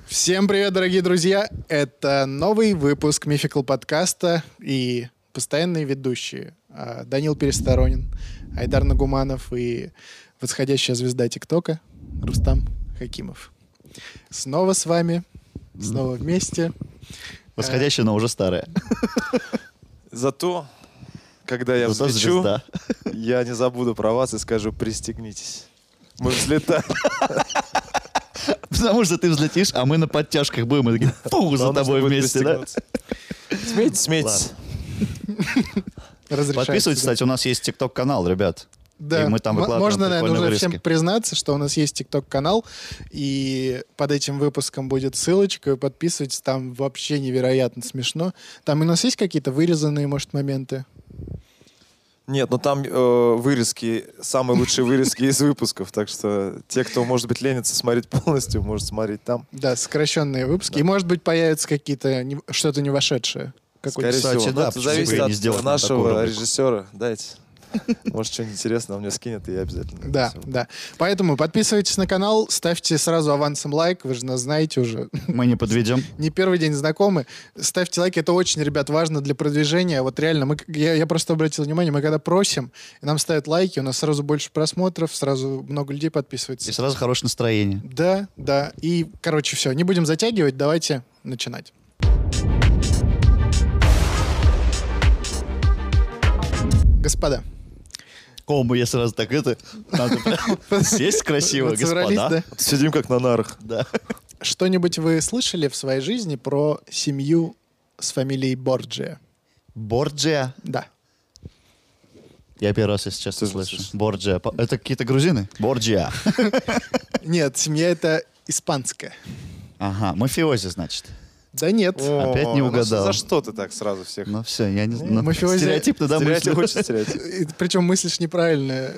Всем привет, дорогие друзья! Это новый выпуск Мификал подкаста и постоянные ведущие Данил Пересторонин, Айдар Нагуманов и восходящая звезда ТикТока Рустам Хакимов. Снова с вами, снова вместе. Восходящая, но уже старая. Зато, когда я взлечу, я не забуду про вас и скажу: пристегнитесь. Мы взлетаем. Потому что ты взлетишь, а мы на подтяжках будем и такие, фу, за тобой вместе, да? Смейтесь. Подписывайтесь, кстати, у нас есть ТикТок-канал, ребят. Да, И мы там выкладываем можно, наверное, уже вырезки. всем признаться, что у нас есть ТикТок-канал, и под этим выпуском будет ссылочка, подписывайтесь, там вообще невероятно смешно. Там у нас есть какие-то вырезанные, может, моменты? Нет, ну там вырезки, самые лучшие вырезки из выпусков, так что те, кто, может быть, ленится смотреть полностью, может смотреть там. Да, сокращенные выпуски. Да. И, может быть, появятся какие-то, что-то не вошедшее. Скорее кстати, всего. Да, это зависит от нашего режиссера. Дайте. Может, что-нибудь интересное он мне скинет, и я обязательно. Да, да. Поэтому подписывайтесь на канал, ставьте сразу авансом лайк, вы же нас знаете уже. Мы не подведем. Не первый день знакомы. Ставьте лайк, это очень, ребят, важно для продвижения. Вот реально, я просто обратил внимание, мы когда просим, и нам ставят лайки, у нас сразу больше просмотров, сразу много людей подписывается. И сразу хорошее настроение. Да, да. И, короче, все, не будем затягивать, давайте начинать. Господа. Кому я сразу так надо сесть красиво, господа. Да? Сидим как на нарах. Да. Что-нибудь вы слышали в своей жизни про семью с фамилией Борджиа? Борджиа? Да. Я первый раз сейчас слышу. Борджиа. Это какие-то грузины? Борджиа. Нет, семья это испанская. Ага, мафиози, значит. Да нет. Опять не угадал. За что ты так сразу всех? Ну все, я не знаю. Мафиози... Стереотипно, да, Стереотип, мыслю? очень стереотип. Причем мыслишь неправильно.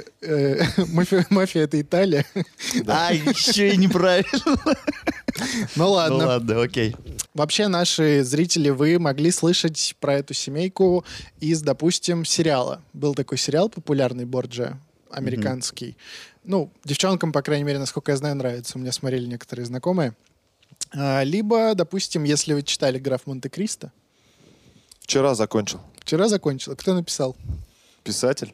Мафия это Италия. А, еще и неправильно. Ну ладно. Ну ладно, окей. Вообще, наши зрители, вы могли слышать про эту семейку из, допустим, сериала. Был такой сериал популярный, Борджиа, американский. Ну, девчонкам, по крайней мере, насколько я знаю, нравится. У меня смотрели некоторые знакомые. Либо, допустим, если вы читали «Граф Монте-Кристо». Вчера закончил. Вчера закончил. Кто написал? Писатель.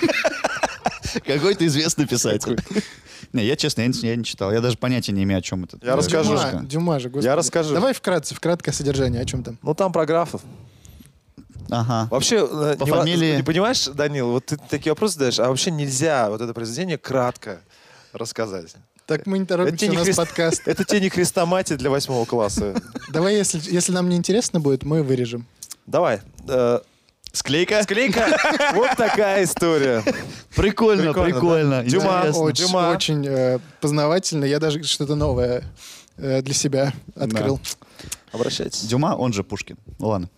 Какой-то известный писатель. Не, я честно, я не читал. Я даже понятия не имею, о чем это. Я расскажу. Дюма же, господи. Я расскажу. Давай вкратце, краткое содержание. О чем там? Ну, там про графов. Ага. Вообще, По фамилии... не понимаешь, Данил, вот ты такие вопросы задаешь, а вообще нельзя вот это произведение кратко рассказать. Так мы не торопимся, у нас подкаст. Это тебе не хрестоматия для 8 класса. Давай, если нам не интересно будет, мы вырежем. Давай. Склейка? Склейка. Вот такая история. Прикольно. Дюма. Очень познавательно. Я даже что-то новое для себя открыл. Обращайтесь. Дюма, он же Пушкин. Ну ладно.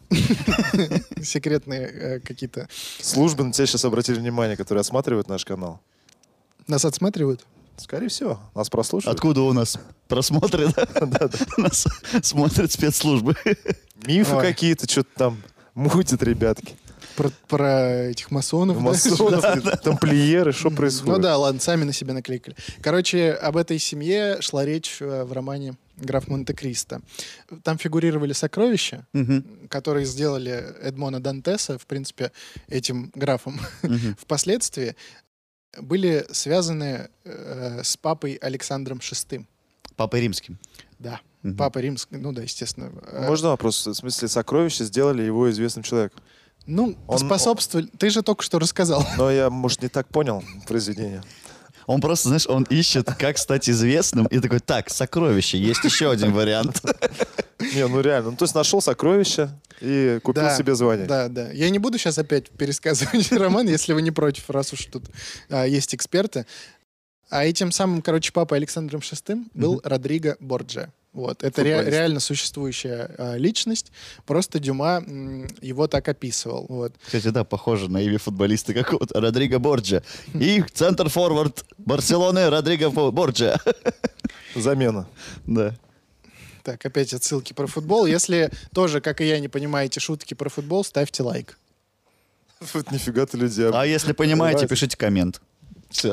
Секретные какие-то... Службы на тебя сейчас обратили внимание, которые осматривают наш канал. Нас отсматривают? Скорее всего. Нас прослушивают. Откуда у нас просмотры? Нас смотрят спецслужбы. Мифы какие-то, что-то там мутят ребятки. Про этих масонов. Тамплиеры, что происходит? Ну да, ладно, сами на себя накликали. Короче, об этой семье шла речь в романе «Граф Монте-Кристо». Там фигурировали сокровища, которые сделали Эдмона Дантеса, в принципе, этим графом. Впоследствии были связаны с папой Александром VI. Папой Римским. Да, папа Римский, ну да, естественно. Можно вопрос? В смысле, сокровища сделали его известным человеком? Ну, способствовали. Ты же только что рассказал. Но я, может, не так понял произведение. Он просто, знаешь, он ищет, как стать известным, и такой, так, сокровище, есть еще один вариант. Не, ну реально. Ну, то есть нашел сокровище и купил себе звание. Да, да. Я не буду сейчас опять пересказывать роман, если вы не против, раз уж тут есть эксперты. А этим самым, короче, папой Александром VI был Родриго Борджиа. Вот. Это реально существующая личность. Просто Дюма его так описывал. Вот. Кстати, да, похоже на имя футболиста какого-то. Родриго Борджиа. И центр-форвард Барселоны Родриго Борджиа. Замена. Да. Так, опять отсылки про футбол. Если тоже, как и я, не понимаете шутки про футбол, ставьте лайк. Вот нифига ты людей. А если понимаете, пишите коммент. Все.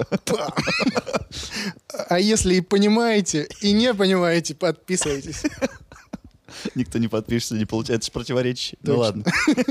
А если и понимаете, и не понимаете, подписывайтесь. Никто не подпишется, не получается противоречие. Ну ладно.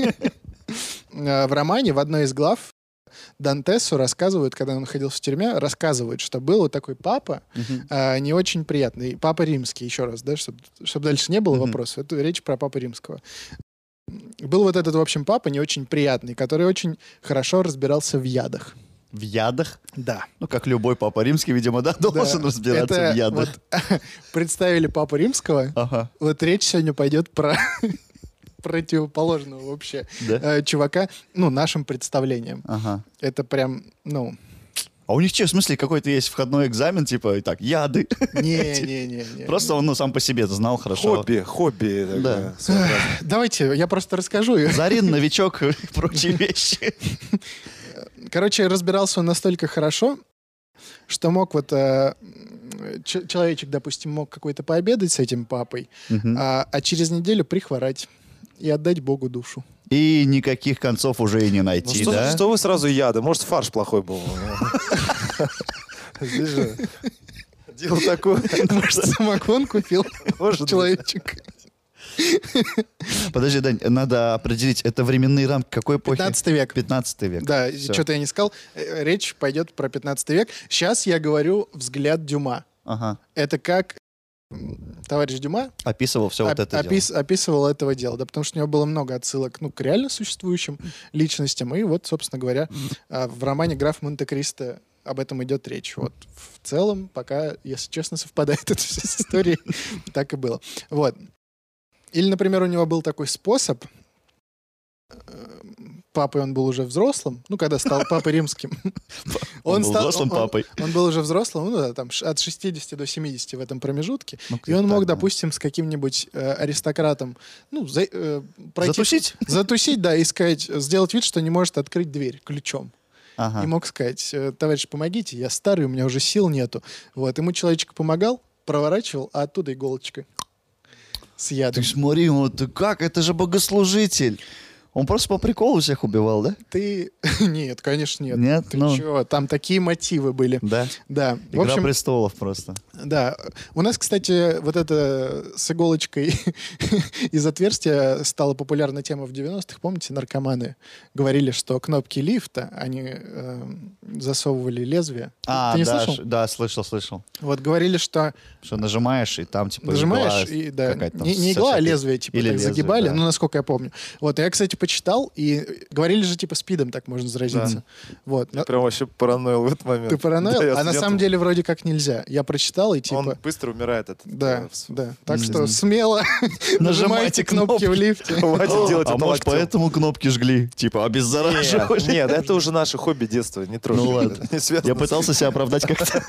В романе в одной из глав Дантесу рассказывают, когда он находился в тюрьме, рассказывают, что был вот такой папа, не очень приятный. Папа римский, еще раз, да, чтобы дальше не было вопросов. Это речь про папу римского. Был вот этот, в общем, папа не очень приятный, который очень хорошо разбирался в ядах. В ядах? Да. Ну, как любой папа римский, видимо, да, должен разбираться Это в ядах. Вот, представили папу римского. Ага. Вот речь сегодня пойдет про противоположного вообще чувака, ну, нашим представлением. Ага. Это прям, ну... А у них что, в смысле, какой-то есть входной экзамен, типа, так, яды? Не. Просто он, ну, сам по себе знал хорошо. Хобби. Да. Давайте, я просто расскажу. Зарин, новичок и прочие вещи. Короче, разбирался он настолько хорошо, что мог вот... человечек, допустим, мог какой-то пообедать с этим папой, а через неделю прихворать и отдать Богу душу. И никаких концов уже и не найти, ну, да? Что вы сразу яды? Может, фарш плохой был? Здесь же дело такое. Может, самогон купил человечек. Подожди, Дань, надо определить, это временные рамки какой эпохи? 15 век. 15 век. Да, Всё. что-то я не сказал. Речь пойдет про 15 век. Сейчас я говорю взгляд Дюма. Ага. Это как товарищ Дюма Описывал все вот это дело. описывал этого дела, да, потому что у него было много отсылок, ну, к реально существующим личностям. И вот, собственно говоря, в романе «Граф Монте-Кристо» об этом идет речь. Вот в целом, пока, если честно, совпадает это все с историей, так и было. Вот. Или, например, у него был такой способ. Папой он был уже взрослым, ну, когда стал папой римским. Он был взрослым папой. Он был уже взрослым, ну, да, там, от 60 до 70 в этом промежутке. И он мог, допустим, с каким-нибудь аристократом, ну, пройти... Затусить, да, и сказать, сделать вид, что не может открыть дверь ключом. Ага. И мог сказать: товарищ, помогите, я старый, у меня уже сил нету. Вот, ему человечек помогал, проворачивал, а оттуда иголочкой с ядом. Ты смотри, вот как, это же богослужитель. Он просто по приколу всех убивал, да? Ты... Нет, конечно, нет. Нет? Ты чего? Там такие мотивы были. Да? Да. Игра в общем, престолов просто. Да. У нас, кстати, вот это с иголочкой из отверстия стала популярная тема в 90-х. Помните, наркоманы говорили, что кнопки лифта, они засовывали лезвие. Ты не слышал? Да, слышал. Вот говорили, что... Что нажимаешь, и там, типа, нажимаешь, игла, и, да, там не игла, а лезвие, типа, или так лезвие, загибали, да. ну, насколько я помню. Вот, я, кстати, почитал, и говорили же, типа, спидом так можно заразиться. Да. Вот. Я прям вообще параноил в этот момент. Ты параноил? Да, а на самом деле вроде как нельзя. Я прочитал, и типа... Он быстро умирает. Да. Так что смело нажимайте кнопки в лифте. Хватит делать А это может, локтем. поэтому кнопки жгли? Типа, обеззараживали? Нет, это уже наше хобби детства, не трогай. Ну ладно. Это не связано Я с- пытался себя оправдать как-то.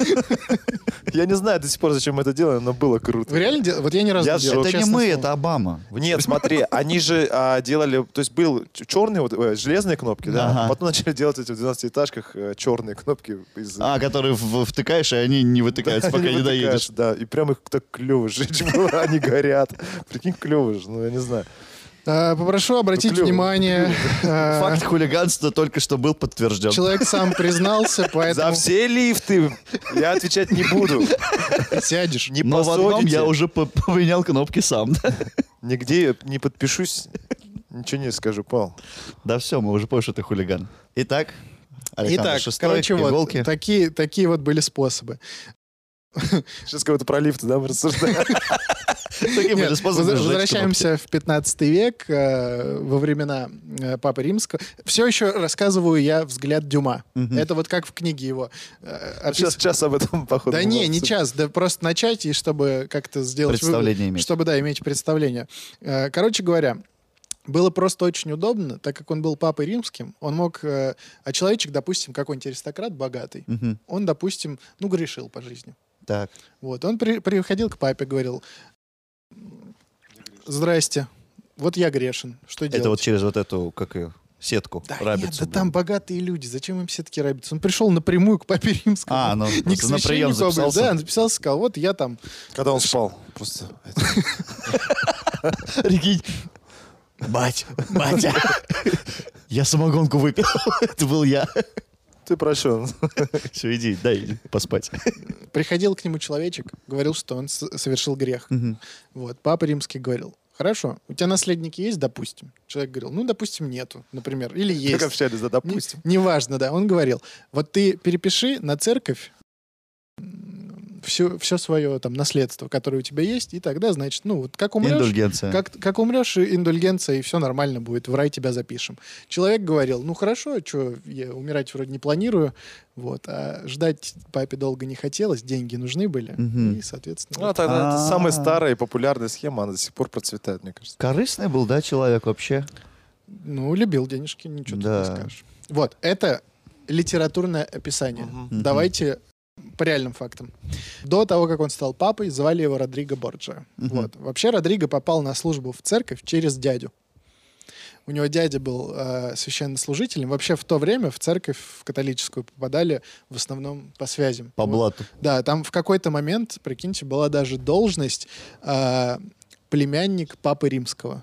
Я не знаю до сих пор, зачем мы это делаем, но было круто. Вы реально делаете? Вот я ни разу Я не делал. Это не честное мы, слово. это Обама. Нет, смотри, они же делали, то есть был черные, железные кнопки, да, Ага. потом начали делать эти в 12-этажках черные кнопки из... Которые втыкаешь, и они не вытыкаются, пока не вытыкаешь, доедешь. Да, и прям их так клево сжечь было, они горят. Прикинь, клево же, ну я не знаю. Попрошу обратить клево. внимание. Факт хулиганства только что был подтвержден. Человек сам признался, За поэтому все лифты я отвечать не буду. сядешь. Не Но в одном посадите. я уже поменял кнопки сам. Да? Нигде не подпишусь, ничего не скажу, Павел. Да все, мы уже поняли, что ты хулиган. Итак, Александр Итак, VI, короче, вот иголки. такие вот были способы. Сейчас кого-то про лифты, да, мы рассуждаем. Такие были Нет, способы сжечь возвращаемся в 15 век, во времена Папы Римского. Все еще рассказываю я взгляд Дюма. Это вот как в книге его. Сейчас час об этом, походу. Да не час, да просто начать, и чтобы как-то сделать... Представление иметь. Чтобы, да, иметь представление. Короче говоря, было просто очень удобно, так как он был Папой Римским, он мог... А человечек, допустим, какой-нибудь аристократ богатый, Мгм. он, допустим, ну, грешил по жизни. Так. Вот, он приходил к папе, говорил: здрасте, вот я грешен, что делать? Это вот через вот эту, как ее, сетку, Да рабицу. нет, да там богатые люди, зачем им все-таки рабиться? Он пришел напрямую к папе Римскому. Ну, не к просто на прием священнику, записался. да, записался, сказал: вот я там. Когда он спал. Просто. Прикинь. Батя, я самогонку выпил. Это был я. Ты прощен. Все, иди, дай поспать. Приходил к нему человечек, говорил, что он совершил грех. Вот. Папа Римский говорил: хорошо, у тебя наследники есть, допустим? Человек говорил: ну, допустим, нету, например. Или есть. Как общались, да, допустим. Неважно, да. Он говорил: вот ты перепиши на церковь все свое там наследство, которое у тебя есть, и тогда, значит, ну, вот как умрешь... Индульгенция. Как умрешь, индульгенция, и все нормально будет, в рай тебя запишем. Человек говорил: ну, хорошо, что, я умирать вроде не планирую, вот, а ждать папе долго не хотелось, деньги нужны были, и, соответственно... Ну, тогда это самая старая и популярная схема, она до сих пор процветает, мне кажется. Корыстный был, да, человек вообще? Ну, любил денежки, ничего тут Да. не скажешь. Вот, это литературное описание. Давайте по реальным фактам. До того, как он стал папой, звали его Родриго Борджиа. Вот. Вообще Родриго попал на службу в церковь через дядю. У него дядя был священнослужителем. Вообще в то время в церковь в католическую попадали в основном по связям. По Вот. блату. Да, там в какой-то момент, прикиньте, была даже должность племянник Папы Римского.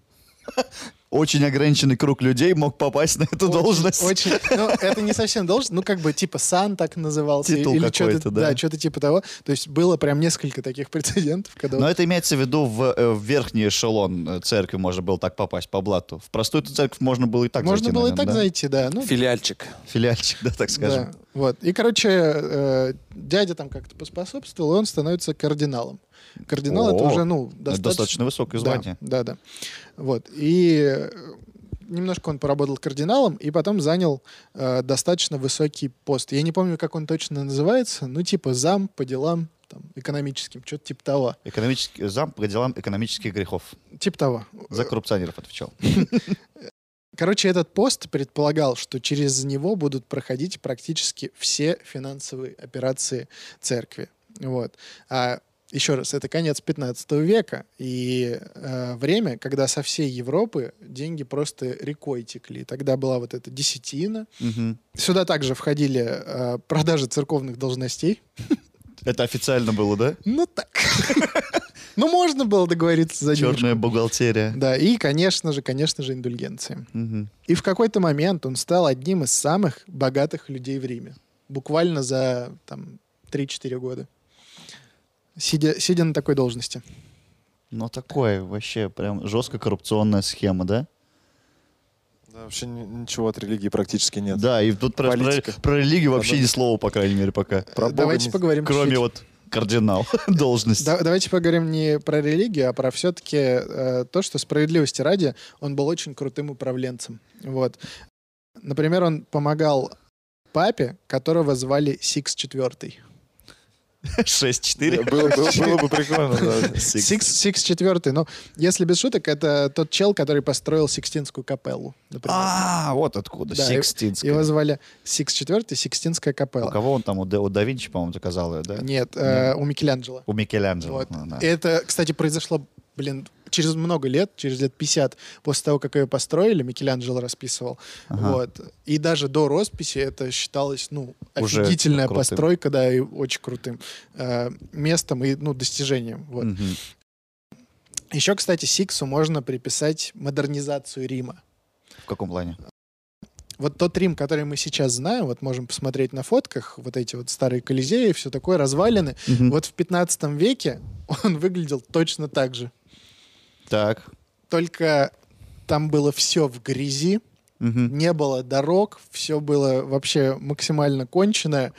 Очень ограниченный круг людей мог попасть на эту должность. Очень, ну, это не совсем должность, ну, как бы, типа, сан так назывался. Титул или какой-то, что-то, да. Да, что-то типа того. То есть было прям несколько таких прецедентов, когда... Но это имеется в виду в верхний эшелон церкви можно было так попасть по блату. В простую церковь можно было и так Можно зайти, было и наверное, так да? зайти, да. Ну, Филиальчик. Филиальчик, да, так скажем. да, вот. И, короче, дядя там как-то поспособствовал, и он становится кардиналом. Кардинал — это уже, ну, достаточно высокое звание. Да, да. Вот. И немножко он поработал кардиналом, и потом занял достаточно высокий пост. Я не помню, как он точно называется, ну, типа зам по делам там, экономическим, что-то типа того. Экономический зам по делам экономических грехов. Типа того. За коррупционеров отвечал. Короче, этот пост предполагал, что через него будут проходить практически все финансовые операции церкви. Вот. Еще раз, это конец 15 века, и время, когда со всей Европы деньги просто рекой текли. Тогда была вот эта десятина. Сюда также входили продажи церковных должностей. Это официально было, да? Ну так. Ну, можно было договориться за денежку. Черная бухгалтерия. Да, и, конечно же, индульгенции. И в какой-то момент он стал одним из самых богатых людей в Риме. Буквально за там, 3-4 года. Сидя на такой должности. Ну, такое вообще прям жестко коррупционная схема, да? Да, вообще ничего от религии практически нет. Да, и тут про религию вообще ни слова, по крайней мере, пока. Давайте поговорим Кроме чуть-чуть. вот кардинал должности. Давайте поговорим не про религию, а про все-таки то, что справедливости ради, он был очень крутым управленцем. Вот. Например, он помогал папе, которого звали Сикс IV. 6-4. Было бы прикольно, да. Сикс IV. Ну, если без шуток, это тот чел, который построил Сикстинскую капеллу. Например. Вот откуда. Да, Сикстинская. Его звали Сикс IV, Сикстинская У капелла. кого он там? У да Винчи, по-моему, заказал ее, да? Нет, у Микеланджело. У Микеланджело. Вот. Ну, да. Это, кстати, произошло, через много лет, через лет 50 после того, как ее построили, Микеланджело расписывал. Вот. И даже до росписи это считалось, ну, Уже офигительная крутым. постройка, да, и очень крутым местом и, ну, достижением. Вот. Еще, кстати, Сиксу можно приписать модернизацию Рима. В каком плане? Вот тот Рим, который мы сейчас знаем, вот можем посмотреть на фотках, вот эти вот старые Колизеи, все такое, развалины. Вот в 15 веке он выглядел точно так же. Так. Только там было все в грязи, не было дорог, все было вообще максимально конченое.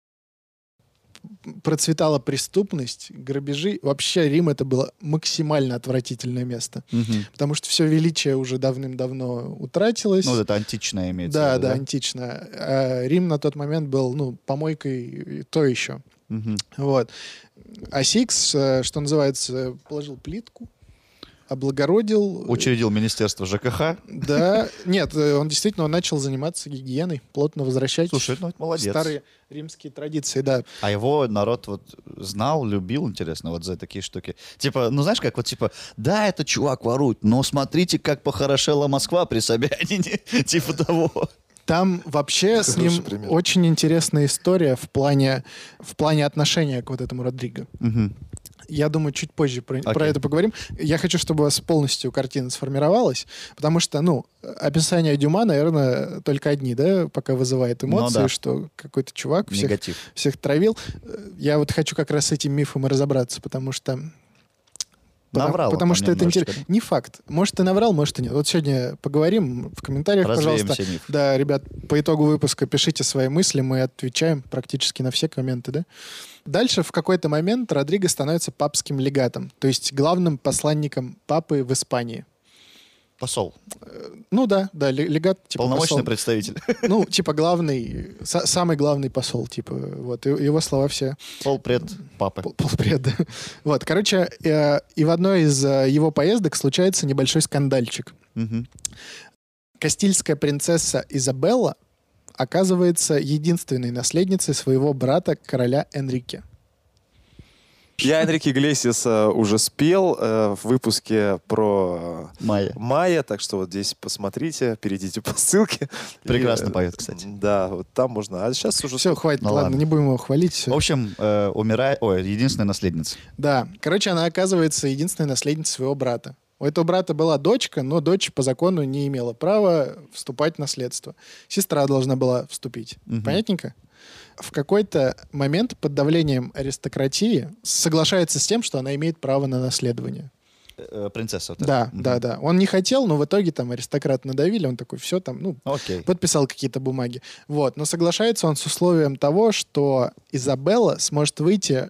Процветала преступность, грабежи. Вообще Рим — это было максимально отвратительное место. Потому что все величие уже давным-давно утратилось. Ну, вот это античное имеется в Да, виду, да, античное. А Рим на тот момент был, ну, помойкой то еще. Вот. А Сикс, что называется, положил плитку, облагородил. Учредил Министерство ЖКХ. Да. Нет, он действительно он начал заниматься гигиеной, плотно возвращать Слушай, ну это молодец. старые римские традиции, да. А его народ вот знал, любил, интересно, вот за такие штуки. Типа, ну знаешь, как вот типа, да, это чувак ворует, но смотрите, как похорошела Москва при Собянине. Типа того. Там вообще с ним пример. очень интересная история в плане отношения к вот этому Родриго. Я думаю, чуть позже про Окей. это поговорим. Я хочу, чтобы у вас полностью картина сформировалась, потому что, описание Дюма, наверное, только одни, да, пока вызывает эмоции, да. что какой-то чувак Негатив. всех травил. Я вот хочу как раз с этим мифом и разобраться, потому что... Наврал. Потому что это немножечко, интересно. Не факт. Может, ты наврал, может, и нет. Вот сегодня поговорим в комментариях, Развеем пожалуйста. все мифы. Да, ребят, по итогу выпуска пишите свои мысли, мы отвечаем практически на все комменты, да? Дальше в какой-то момент Родриго становится папским легатом, то есть главным посланником папы в Испании. Посол. Ну да, легат, типа Полномочный посол. представитель. Ну, типа главный, самый главный посол, типа, вот, его слова все... Полпред папы. Полпред, да. Вот, короче, и в одной из его поездок случается небольшой скандальчик. Мгм. Кастильская принцесса Изабелла оказывается единственной наследницей своего брата, короля Энрике. Я Энрике Иглесиаса уже спел в выпуске про Майя, так что вот здесь посмотрите, перейдите по ссылке. Прекрасно поет, кстати. Да, вот там можно. А сейчас уже... Все, хватит, Ну ладно, ладно. не будем его хвалить. Всё. В общем, умирает... Ой, единственная наследница. Да, короче, она оказывается единственной наследницей своего брата. У этого брата была дочка, но дочь по закону не имела права вступать в наследство. Сестра должна была вступить. Мгм. Понятненько? В какой-то момент под давлением аристократии соглашается с тем, что она имеет право на наследование. Принцесса. вот эта. Да, Мгм. да, да. Он не хотел, но в итоге там аристократы надавили, он такой, все там, Окей. подписал какие-то бумаги. Вот. Но соглашается он с условием того, что Изабелла сможет выйти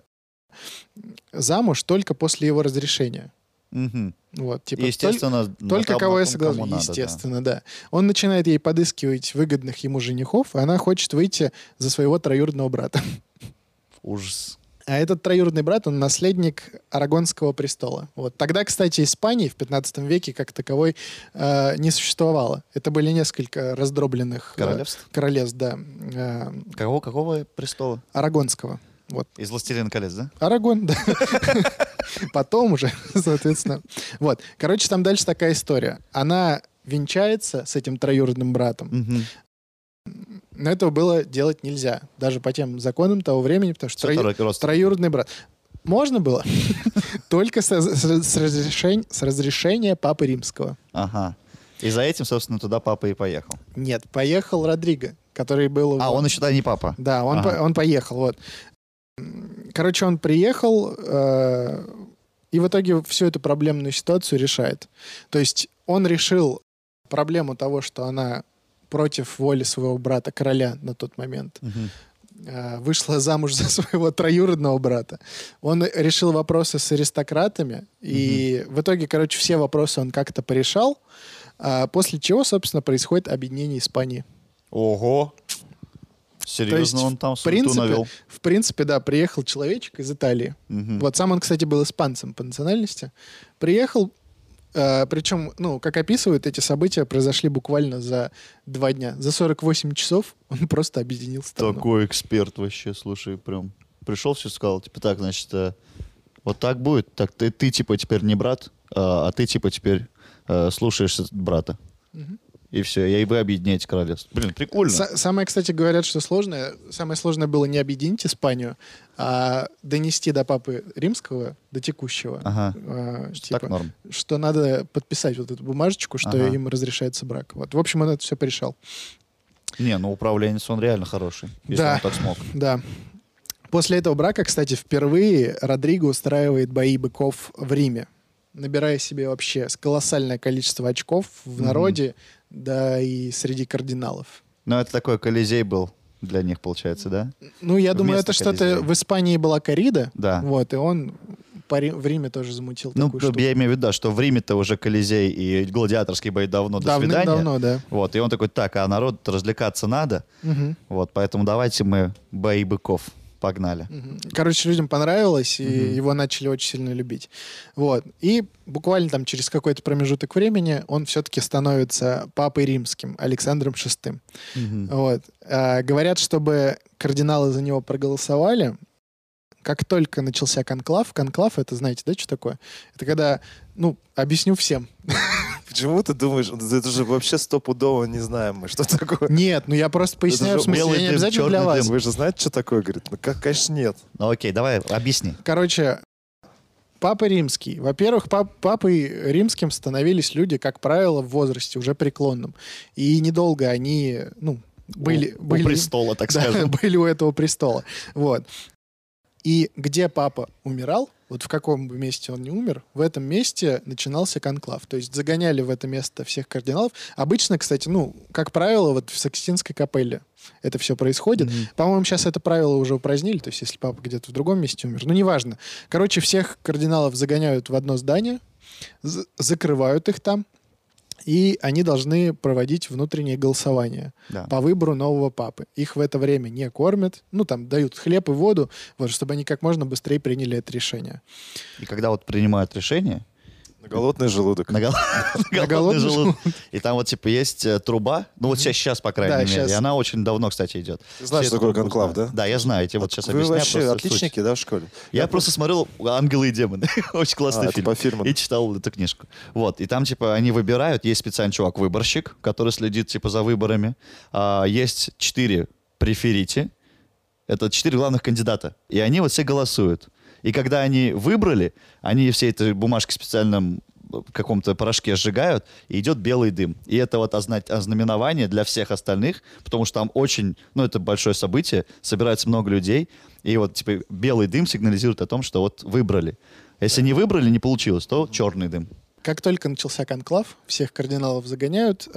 замуж только после его разрешения. Мгм. Вот, типа, Естественно, только на кого я том, согласен. кому надо, Естественно, да. Он начинает ей подыскивать выгодных ему женихов, и она хочет выйти за своего троюродного брата. да. Ужас. А этот троюродный брат, он наследник Арагонского престола. Вот. Тогда, кстати, Испании в 15 веке как таковой не существовало. Это были несколько раздробленных королевств, да. Какого престола? Арагонского. Вот. Из «Властелина колец», да? Арагон, да. Потом уже, соответственно. Вот. Короче, там дальше такая история. Она венчается с этим троюродным братом. Мгм. Но этого было делать нельзя. Даже по тем законам того времени, потому что Родственник. троюродный брат. Можно было. Только с разрешения Папы Римского. Ага. И за этим, собственно, туда папа и поехал. Нет, поехал Родриго, который был... А, он еще тогда не папа. Да, он, Ага. он поехал, вот. Короче, он приехал и в итоге всю эту проблемную ситуацию решает. То есть он решил проблему того, что она против воли своего брата, короля на тот момент, Мгм. вышла замуж за своего троюродного брата. Он решил вопросы с аристократами, и в итоге, короче, все вопросы он как-то порешал, после чего, собственно, происходит объединение Испании. Ого. Серьезно, То есть, он там в суету навел. принципе, да, приехал человечек из Италии. Мгм. Вот сам он, кстати, был испанцем по национальности. Приехал, причем, как описывают, эти события произошли буквально за 2 дня. За 48 часов он просто объединил страну. Такой эксперт вообще, слушай, прям пришел, все сказал, типа, так, значит, вот так будет, так ты типа теперь не брат, а ты типа теперь слушаешься брата. Мгм. И все, и вы объединяете королевство. Блин, прикольно. Самое, кстати, говорят, что самое сложное было не объединить Испанию, а донести до Папы Римского, до текущего, Ага. типа, Так норм. что надо подписать вот эту бумажечку, что Ага. им разрешается брак. Вот. В общем, он это все порешал. Не, ну управленец он реально хороший, если Да. он так смог. Да. После этого брака, кстати, впервые Родриго устраивает бои быков в Риме, набирая себе вообще колоссальное количество очков в народе, да и среди кардиналов. Ну, это такой Колизей был для них, получается, да? Ну, я думаю, Вместо это что-то... Колизея. В Испании была коррида, Да. вот, и он в Риме тоже замутил Ну, такую штуку. я имею в виду, да, что в Риме-то уже Колизей и гладиаторские бои давно до свидания. Давным-давно, да. Вот, и он такой, так, а народ развлекаться надо, Мгм. вот, поэтому давайте мы бои быков. Погнали. Мгм. Короче, людям понравилось, и его начали очень сильно любить. Вот. И буквально там через какой-то промежуток времени он все-таки становится папой римским, Александром VI. Мгм. Вот. Говорят, чтобы кардиналы за него проголосовали, как только начался конклав, это, знаете, да, что такое? Это когда, объясню всем. Почему ты думаешь, это же вообще стопудово не знаем мы, что такое? Нет, я просто поясняю, же в смысле, белый я не дым, обязательно для черный вас. дым. Вы же знаете, что такое? Говорит, конечно, нет. Ну окей, давай, объясни. Короче, Папа Римский. Во-первых, папой римским становились люди, как правило, в возрасте уже преклонном. И недолго они, были у престола, так скажем. Были у этого престола. Вот. И где папа умирал, вот в каком бы месте он не умер, в этом месте начинался конклав. То есть загоняли в это место всех кардиналов. Обычно, кстати, как правило, вот в Сикстинской капелле это все происходит. По-моему, сейчас это правило уже упразднили, то есть если папа где-то в другом месте умер. Неважно. Короче, всех кардиналов загоняют в одно здание, закрывают их там, и они должны проводить внутреннее голосование по выбору нового папы. Их в это время не кормят, дают хлеб и воду, чтобы они как можно быстрее приняли это решение. И когда вот принимают решение... На голодный желудок. На голодный желудок. И там вот есть труба, вот сейчас, по крайней мере, и она очень давно, кстати, идет. Ты знаешь, что такое конклав, да? Да, я знаю, я тебе вот сейчас объясняю. Вы вообще отличники, да, в школе? Я просто смотрел «Ангелы и демоны». Очень классный фильм. По фильму. И читал эту книжку. Вот, и там, они выбирают, есть специальный чувак-выборщик, который следит, за выборами. Есть 4 преферити, это 4 главных кандидата. И они вот все голосуют. И когда они выбрали, они все эти бумажки в специальном каком-то порошке сжигают, и идет белый дым. И это вот ознаменование для всех остальных, потому что там очень, это большое событие, собирается много людей, и вот белый дым сигнализирует о том, что вот выбрали. Если не выбрали, не получилось, то черный дым. Как только начался конклав, всех кардиналов загоняют,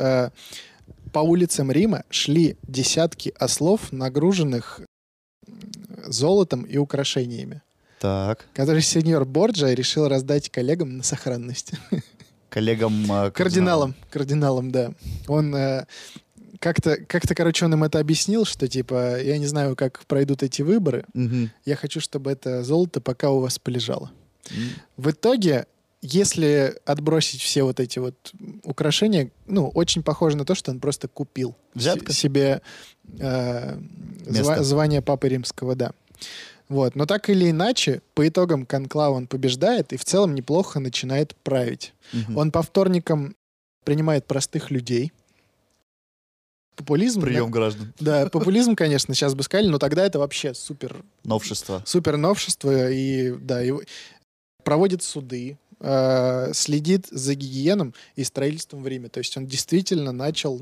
по улицам Рима шли десятки ослов, нагруженных золотом и украшениями. Так. Который сеньор Борджиа решил раздать коллегам на сохранность. Коллегам? Кардиналам, да. Он как-то, короче, он им это объяснил, что, я не знаю, как пройдут эти выборы. Я хочу, чтобы это золото пока у вас полежало. В итоге, если отбросить все вот эти вот украшения, очень похоже на то, что он просто купил себе звание Папы Римского, да. Вот. Но так или иначе, по итогам конклава он побеждает и в целом неплохо начинает править. Он по вторникам принимает простых людей. Популизм... Прием граждан. Да, популизм, конечно, сейчас бы сказали, но тогда это вообще супер... Новшество. Супер новшество. И проводит суды, следит за гигиеном и строительством в Риме. То есть он действительно начал,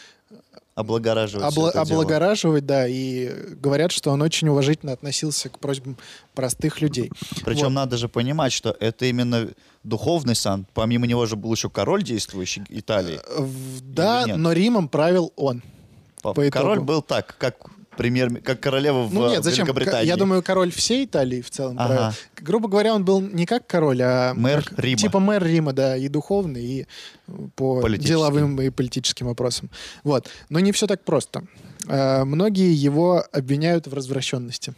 облагораживать, да, и говорят, что он очень уважительно относился к просьбам простых людей. Причем надо же понимать, что это именно духовный сан. Помимо него же был еще король действующий Италии. Да, но Римом правил он. Король был так, как королева в Великобритании. Я думаю, король всей Италии в целом правил. Грубо говоря, он был не как король, а мэр Рима. Типа мэр Рима, да, и духовный, и по деловым и политическим вопросам. Вот. Но не все так просто. Многие его обвиняют в развращенности.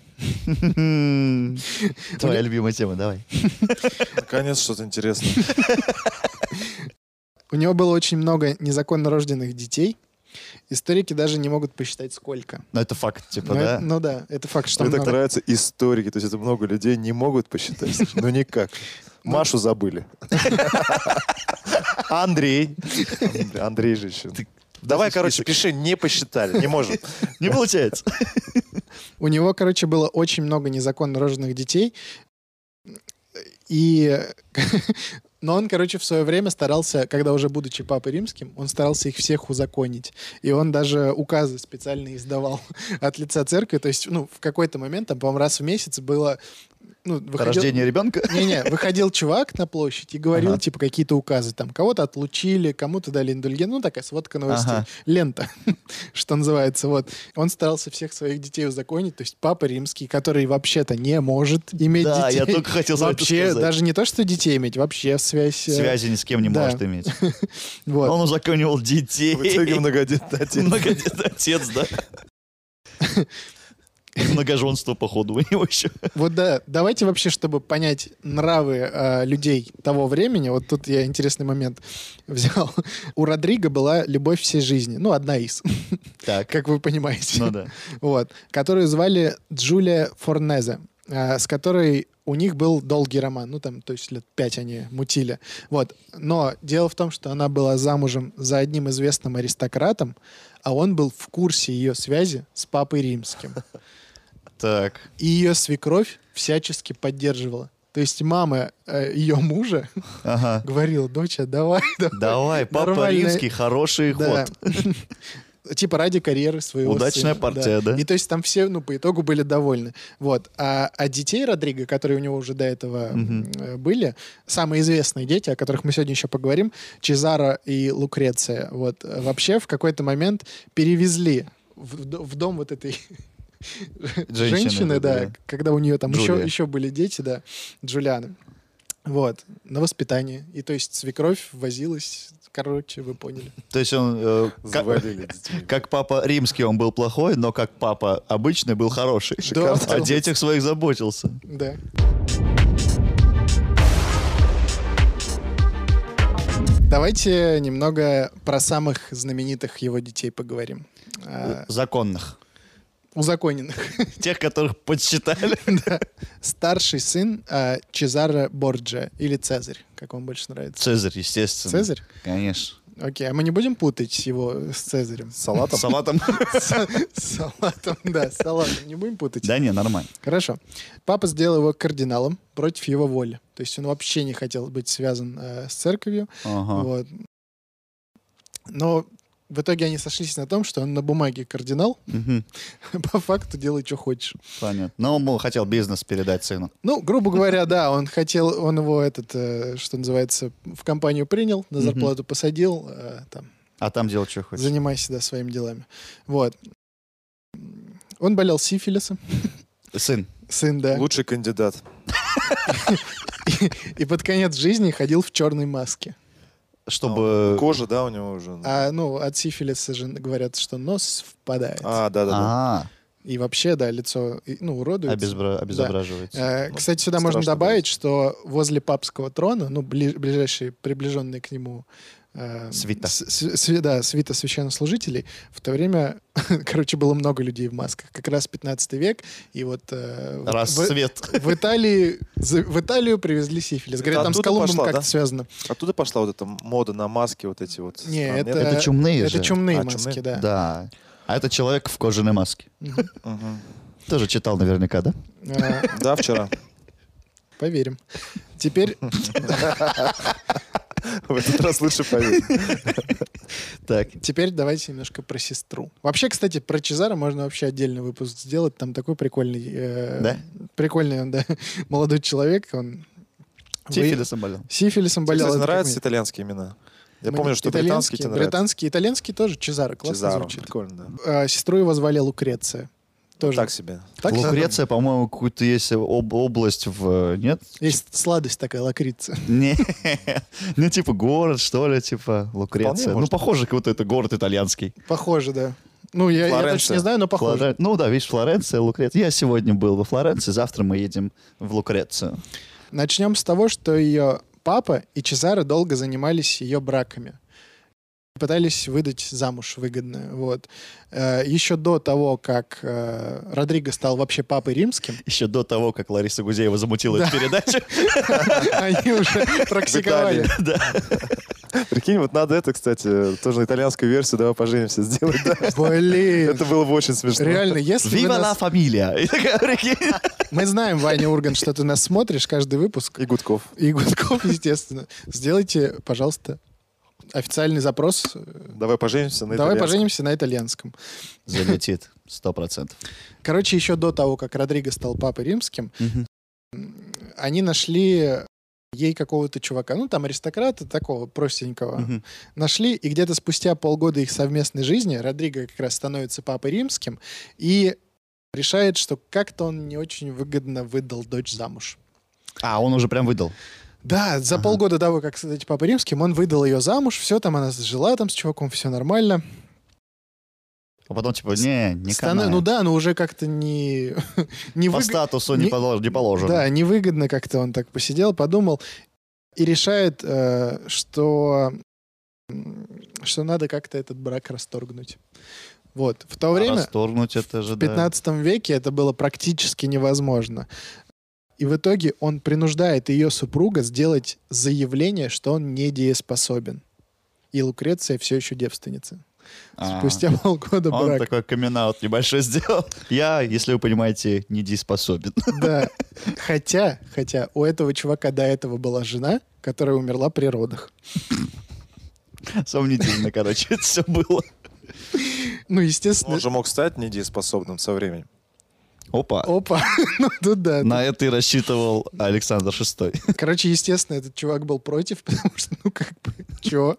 Твоя любимая тема, давай. Наконец, что-то интересное. У него было очень много незаконно рожденных детей. Историки даже не могут посчитать, сколько. Но это факт, да? Да, это факт, что мне много. так нравятся историки, то есть это много людей не могут посчитать. Ну никак. Машу забыли. Андрей же еще. Давай, пиши, не посчитали, не можем. Не получается. У него, было очень много незаконно рожденных детей. Но он, в свое время старался, когда уже будучи Папой Римским, он старался их всех узаконить. И он даже указы специально издавал от лица церкви. То есть, в какой-то момент, по-моему, раз в месяц было... Рождение ребенка? Выходил чувак на площадь и говорил, какие-то указы. Там кого-то отлучили, кому-то дали индульгенцию. Такая сводка новостей. Лента, что называется. Вот. Он старался всех своих детей узаконить. То есть Папа Римский, который вообще-то не может иметь детей. Да, я только хотел вообще, даже не то, что детей иметь, вообще связи ни с кем не может иметь. Вот. Он узаконивал детей. В итоге многодетный отец. Многодетный отец, да. Многоженство, походу, у него еще. Вот да, давайте вообще, чтобы понять нравы людей того времени, вот тут я интересный момент взял. У Родриго была любовь всей жизни, одна из, как вы понимаете. Ну да. Вот, которую звали Джулия Форнезе, с которой у них был долгий роман, то есть лет 5 они мутили. Вот. Но дело в том, что она была замужем за одним известным аристократом, а он был в курсе ее связи с Папой Римским. Так. И ее свекровь всячески поддерживала. То есть мама ее мужа говорила: доча, давай. Давай, папа римский, хороший ход. Типа ради карьеры своего Удачная сына. партия, да. И то есть там все, по итогу были довольны. Вот. А детей Родриго, которые у него уже до этого были, самые известные дети, о которых мы сегодня еще поговорим, Чезаро и Лукреция, вот, вообще в какой-то момент перевезли в дом вот этой женщины, да, когда у нее там еще были дети, да, Джулианы. Вот, на воспитание. И то есть свекровь возилась, короче, вы поняли. То есть он, как папа римский, он был плохой, но как папа обычный был хороший. Да. О детях своих заботился. Да. Давайте немного про самых знаменитых его детей поговорим. Законных. Узаконенных. Тех, которых подсчитали. Да. Старший сын Чезаро Борджиа или Цезарь, как вам больше нравится? Цезарь, естественно. Цезарь? Конечно. Окей, а мы не будем путать его с Цезарем? Салатом? Салатом? Салатом, да, салатом. Не будем путать? Да не, нормально. Хорошо. Папа сделал его кардиналом против его воли. То есть он вообще не хотел быть связан с церковью. Вот. Но в итоге они сошлись на том, что он на бумаге кардинал, по факту делай, что хочешь. Понятно. Но он хотел бизнес передать сыну. Ну, грубо говоря, да, он его, что называется, в компанию принял, на зарплату посадил. А там делать, что хочешь. Занимайся, да, своими делами. Вот. Он болел сифилисом. Сын, да. Лучший кандидат. И под конец жизни ходил в черной маске. Чтобы... Кожа, да, у него уже. От сифилиса же говорят, что нос впадает. Да. И вообще, да, лицо, уродуется. Обезображивается. Да. Кстати, сюда можно добавить, что возле папского трона, ближайшие приближенные к нему свита. Свита священнослужителей, в то время, было много людей в масках. Как раз 15 век, и вот рассвет. В Италию привезли сифилис. Говорят, там с Колумбом как-то связано. Оттуда пошла вот эта мода на маски вот эти вот. Нет, это чумные же. Это чумные маски, да. Да. А это человек в кожаной маске. Тоже читал наверняка, да? Да, вчера. Поверим. Теперь... В этот раз лучше поверь. Так, теперь давайте немножко про сестру. Вообще, кстати, про Чезаро можно вообще отдельный выпуск сделать. Там такой прикольный... Прикольный он, да. Молодой человек, он... Сифилисом болел. Сифилисом болел. Тебе нравятся итальянские имена? Я помню, что британские тебе нравятся. Британские, итальянские тоже. Чезаро, классно звучит. Прикольно, да. Сестру его звали Лукреция. Тоже. Так себе. Лукреция, по-моему, какую-то есть область в... Нет? Есть сладость такая, лакрица. Не, типа город, что ли, типа Лукреция. Ну, похоже, как будто это город итальянский. Похоже, да. Ну, я точно не знаю, но похоже. Ну да, видишь, Флоренция, Лукреция. Я сегодня был во Флоренции, завтра мы едем в Лукрецию. Начнем с того, что ее папа и Чезаро долго занимались ее браками. Пытались выдать замуж выгодно. Вот. Еще до того, как Родриго стал вообще папой римским. Еще до того, как Лариса Гузеева замутила эту передачу. Они уже практиковали. Прикинь, вот надо это, кстати, тоже итальянскую версию «Давай поженимся» сделать. Блин. Это было бы очень смешно. Реально, если Viva la familia. Мы знаем, Ваня Ургант, что ты нас смотришь каждый выпуск. И Гудков. И Гудков, естественно. Сделайте, пожалуйста, официальный запрос. Давай поженимся на итальянском. Давай поженимся на итальянском. Залетит 100%. Короче, еще до того, как Родриго стал папой римским, они нашли ей какого-то чувака, там аристократа такого простенького, нашли, и где-то спустя полгода их совместной жизни Родриго как раз становится папой римским и решает, что как-то он не очень выгодно выдал дочь замуж. А, он уже прям выдал? Да, за полгода до того, как стать папой римским, он выдал ее замуж, все, там она жила там с чуваком, все нормально. А потом, не канает. Ну да, но уже как-то не по статусу не положено. Да, невыгодно как-то он так посидел, подумал и решает, что надо как-то этот брак расторгнуть. Вот. В то время, расторгнуть это же, в 15 веке это было практически невозможно. И в итоге он принуждает ее супруга сделать заявление, что он недееспособен. И Лукреция все еще девственница. спустя полгода Он брака. такой камин-аут небольшой сделал. Я, если вы понимаете, недееспособен. Да. Хотя у этого чувака до этого была жена, которая умерла при родах. Сомнительно, короче, это все было. Ну, естественно... Он же мог стать недееспособным со временем. Опа. Ну, тут да. На это и рассчитывал Александр VI. Короче, естественно, этот чувак был против, потому что, ну, как бы, чё?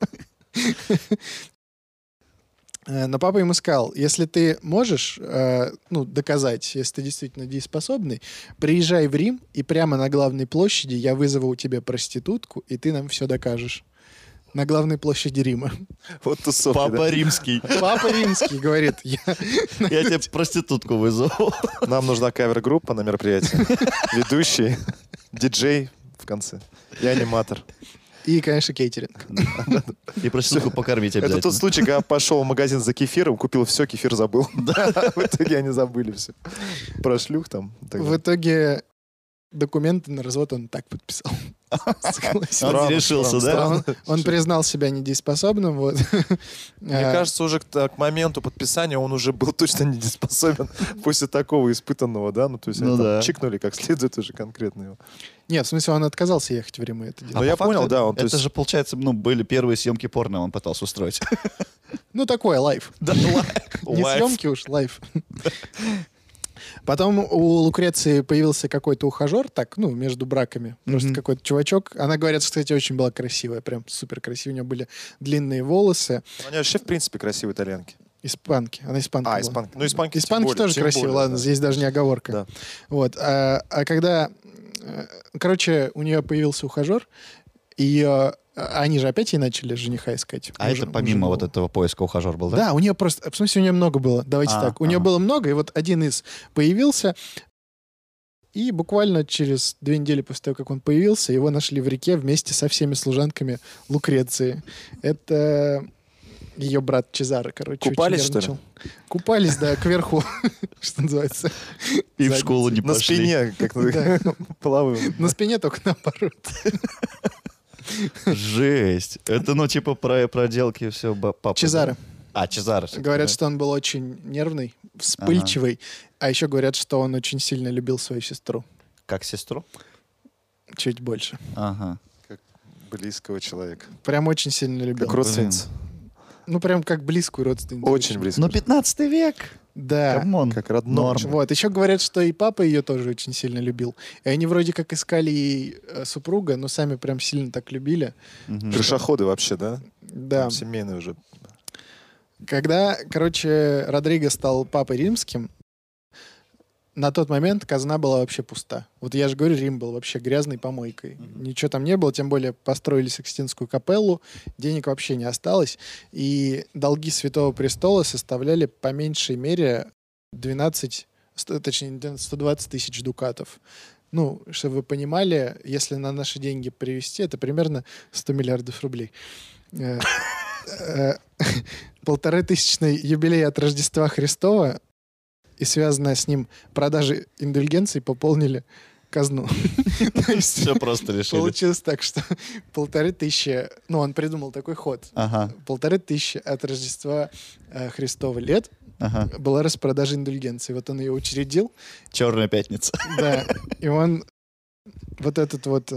Но папа ему сказал, если ты можешь, доказать, если ты действительно дееспособный, приезжай в Рим, и прямо на главной площади я вызову у тебя проститутку, и ты нам все докажешь. На главной площади Рима. Вот тусовка, Папа да? римский. Папа римский говорит, Я тебе проститутку вызову. Нам нужна кавер-группа на мероприятии. Ведущий, диджей в конце и аниматор. И, конечно, кейтеринг. И проститутку покормить Это обязательно. тот случай, когда пошел в магазин за кефиром, купил все, кефир забыл. В итоге они забыли все. Про шлюх там. и так В далее. итоге документы на развод он так подписал. Согласен. Он Странно, решился, странно, да? странно. Он признал себя недееспособным. Вот. Мне кажется, уже к моменту подписания он уже был точно недееспособен после такого испытанного, да? Ну, то есть Ну они там да. чикнули как следует уже конкретно его. Нет, в смысле, он отказался ехать в Рим и это Ну, делать. я по факту понял, да, он, то Это есть- же, получается, были первые съемки порно, он пытался устроить. Ну, такое, лайф. Да, Не съемки уж, лайф. Потом у Лукреции появился какой-то ухажер, так, ну, между браками. Просто какой-то чувачок. Она, говорят, кстати, очень была красивая, прям супер красивая. У нее были длинные волосы. Они вообще, в принципе, красивые итальянки. Испанки. Она испанка была. Испанки. Ну, испанки тем Испанки более, тоже тем красивые, более, ладно, да. здесь даже не оговорка. Да. Вот. А когда... Короче, у нее появился ухажер, и они же опять ей начали жениха искать. А это помимо вот этого поиска ухажер был, да? Да, у нее просто... В смысле, у нее много было. Давайте так. У нее было много, и вот один из появился, и буквально через 2 недели после того, как он появился, его нашли в реке вместе со всеми служанками Лукреции. Это ее брат Чезаре, короче. очень Купались, что ли? нервничал. Купались, да, кверху, что называется. И в школу не На пошли. спине, как Да. половым. На спине только наоборот. Жесть. Это, ну, типа проделки все папа. Чезаре. Чезаре. Говорят, что он был очень нервный, вспыльчивый, а еще говорят, что он очень сильно любил свою сестру. Как сестру? Чуть больше. Ага. Близкого человека. Прям очень сильно любил. Как родственница. Ну, прям как близкую родственницу. Очень близко. Ну, 15 век. Да. Камон. Как родной. Норм. Вот, еще говорят, что и папа ее тоже очень сильно любил. И они вроде как искали ей супруга, но сами прям сильно так любили. Крышоходы вообще, да? Да. Там семейные уже. Когда, короче, Родриго стал папой римским, на тот момент казна была вообще пуста. Вот я же говорю, Рим был вообще грязной помойкой. Ничего там не было, тем более построили Сикстинскую капеллу, денег вообще не осталось. И долги Святого Престола составляли по меньшей мере 120 тысяч дукатов. Ну, чтобы вы понимали, если на наши деньги перевести, это примерно 100 миллиардов рублей. 1500-й юбилей от Рождества Христова и связанная с ним продажи индульгенций пополнили казну. Все просто решили. Получилось так, что 1500, ну, он придумал такой ход. Ага. 1500 от Рождества Христова лет Ага. была распродажа индульгенций. Вот он ее учредил, Черная пятница. да, и он вот этот вот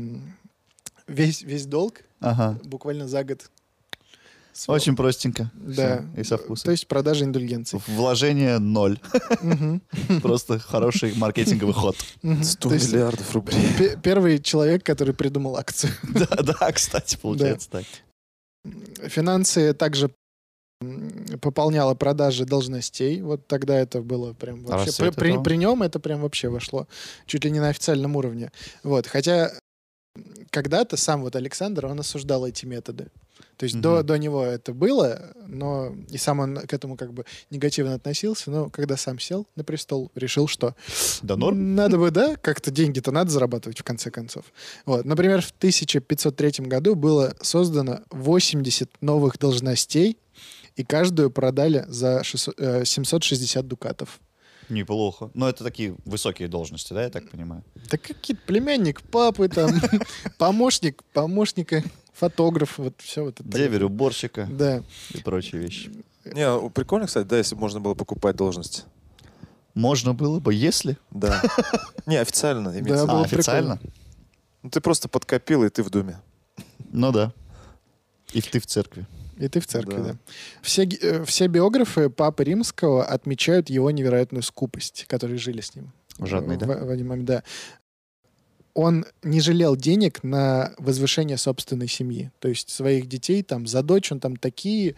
весь долг Ага. буквально за год свел. Очень простенько. Да. Всё. И со вкусом. То есть продажа индульгенций. Вложение 0. Мгм. Просто хороший маркетинговый ход. Мгм. 100 То есть миллиардов рублей. Первый человек, который придумал акцию. Да, да, кстати, получается так. Финансы также пополняла продажи должностей. Вот тогда это было прям вообще... Расцвет При этого. нем это прям вообще вошло. Чуть ли не на официальном уровне. Вот. Хотя когда-то сам вот Александр, он осуждал эти методы. То есть до него это было, но и сам он к этому как бы негативно относился, но когда сам сел на престол, решил, что Да норм. надо бы, да, как-то деньги-то надо зарабатывать в конце концов. Вот. Например, в 1503 году было создано 80 новых должностей, и каждую продали за 760 дукатов. Неплохо. Но это такие высокие должности, да, я так понимаю? Да какие-то племянник папы, там, помощник помощника. фотограф, вот все вот это. Деверь уборщика. Да. И прочие вещи. Не, прикольно, кстати, да, если бы можно было покупать должность. Можно было бы, если... Да. Не, официально имеется. Да, было официально? Ну, ты просто подкопил, и ты в Думе. Ну да. И ты в церкви. И ты в церкви, Да. да. Все биографы Папы Римского отмечают его невероятную скупость, которые жили с ним. Жадный, да? В один момент, да. Он не жалел денег на возвышение собственной семьи. То есть своих детей там за дочь он там такие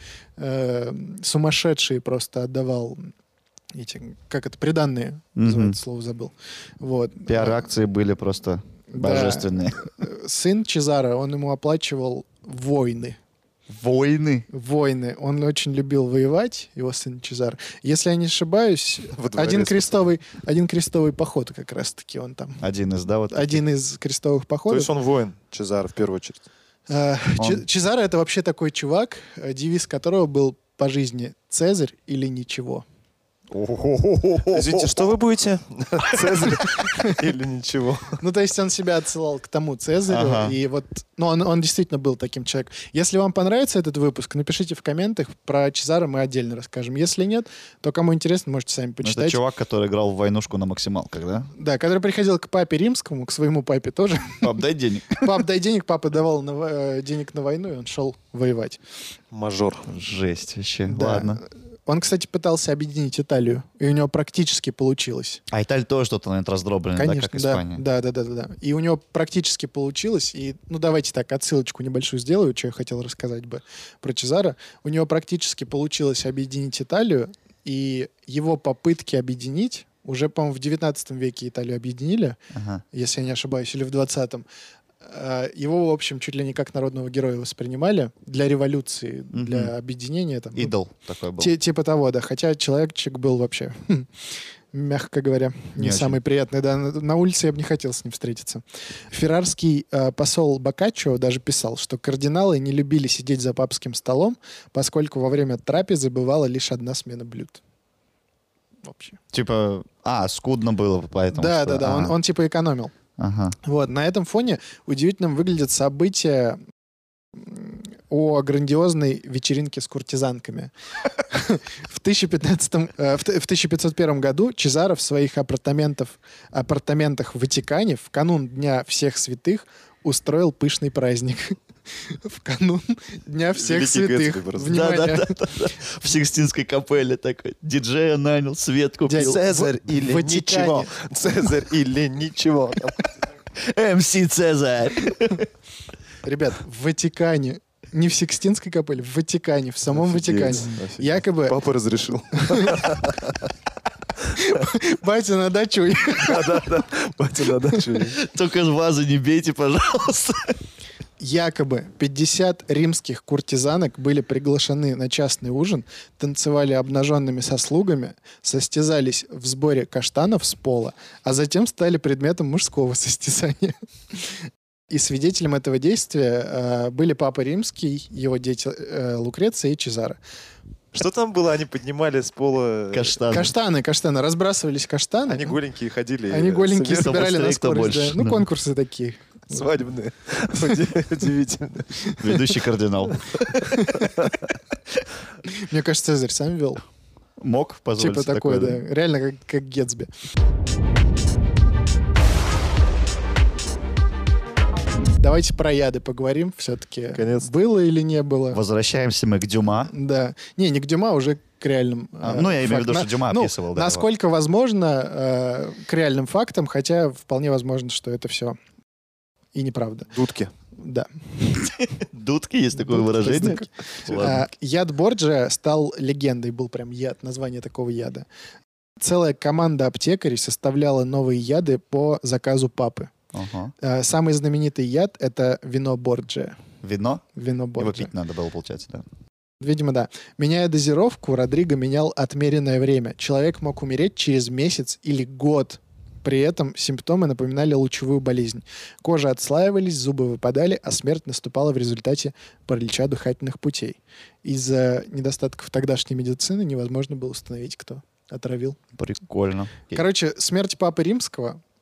сумасшедшие просто отдавал эти, как это, приданные, называется, слово забыл. Вот. Пиар-акции были просто божественные. Сын Чезаро, он ему оплачивал войны. Войны? Войны. Он очень любил воевать, его сын Чезаро. Если я не ошибаюсь, Во дворе один крестовый поход как раз-таки он там. Один из, да, вот Один из крестовых То походов. есть он воин, Чезаро, в первую очередь. Чезаро — это вообще такой чувак, девиз которого был по жизни «Цезарь или ничего». Извините, что вы будете? Цезарь или ничего? Ну, то есть он себя отсылал к тому Цезарю. Ага. И вот, ну, он действительно был таким человеком. Если вам понравится этот выпуск, напишите в комментах. Про Чезаро мы отдельно расскажем. Если нет, то кому интересно, можете сами почитать. Это чувак, который играл в войнушку на максималках, да? Да, который приходил к папе римскому, к своему папе тоже. Пап, дай денег. Пап, дай денег, папа давал денег на войну, и он шел воевать. Мажор. Жесть вообще. Да. Ладно. Он, кстати, пытался объединить Италию, и у него практически получилось. А Италия тоже что-то, наверное, раздробленное, да, как Испания? Да. И у него практически получилось. И, ну, давайте так, отсылочку небольшую сделаю, что я хотел рассказать бы про Чезаро. У него практически получилось объединить Италию, и его попытки объединить, уже, по-моему, в 19 веке Италию объединили, если я не ошибаюсь, или в 20-м. Его, в общем, чуть ли не как народного героя воспринимали для революции, для объединения. Там, Идол такой был. Типа того, да. Хотя человечек был вообще, мягко говоря, не очень. самый приятный. Да, на улице я бы не хотел с ним встретиться. Феррарский посол Боккаччо даже писал, что кардиналы не любили сидеть за папским столом, поскольку во время трапезы бывала лишь одна смена блюд. Вообще. Типа, скудно было, поэтому... Да. что- Он типа экономил. Ага. Вот, на этом фоне удивительным выглядят события о грандиозной вечеринке с куртизанками. В 1501 году Чезаро в своих апартаментах в Ватикане в канун Дня всех святых устроил пышный праздник. В канун Дня всех Великий святых. Гэтсби просто. Внимание. Да. В Сикстинской капелле такой. Диджея нанял, свет купил. Дядя, Цезарь или Ватикане. ничего. Цезарь или ничего. МС Цезарь. Ребят, в Ватикане. Не в Сикстинской капелле, в Ватикане, в самом Ватикане. Офигеть. Якобы Папа разрешил. батя на дачу. Да. Батя на дачу. Только вазы не бейте, пожалуйста. Якобы 50 римских куртизанок были приглашены на частный ужин, танцевали обнаженными со слугами, состязались в сборе каштанов с пола, а затем стали предметом мужского состязания. И свидетелем этого действия были Папа Римский, его дети Лукреция и Чезаро. Что там было? Они поднимали с пола... Каштаны. Каштаны. Разбрасывались каштаны. Они голенькие ходили. Они голенькие собирали. собирали на быстрее, кто скорость. больше. Да. Ну, Да. конкурсы такие. Свадебные. Удивительно. Ведущий кардинал. Мне кажется, Цезарь сам вел. Мог позволить Типа себе такое, такое, да. Реально как Гетсби. Давайте про яды поговорим все-таки. Наконец-то. Было или не было? Возвращаемся мы к Дюма. Да. Не к Дюма, уже к реальным Ну, я имею в виду, что Дюма описывал. да, насколько возможно к реальным фактам, хотя вполне возможно, что это все и неправда. Дудки. Да. Дудки, есть такое Дудки, выражение? дудки. Ладно. Яд Борджиа стал легендой, был прям яд, название такого яда. Целая команда аптекарей составляла новые яды по заказу папы. Ага. Самый знаменитый яд — это вино Борджиа. Вино? Вино Его Борджиа. пить надо было, получается, да. Видимо, да. Меняя дозировку, Родриго менял отмеренное время. Человек мог умереть через месяц или год. При этом симптомы напоминали лучевую болезнь. Кожа отслаивались, зубы выпадали, а смерть наступала в результате паралича дыхательных путей. Из-за недостатков тогдашней медицины невозможно было установить, кто отравил. Прикольно. Короче, смерть Папы Римского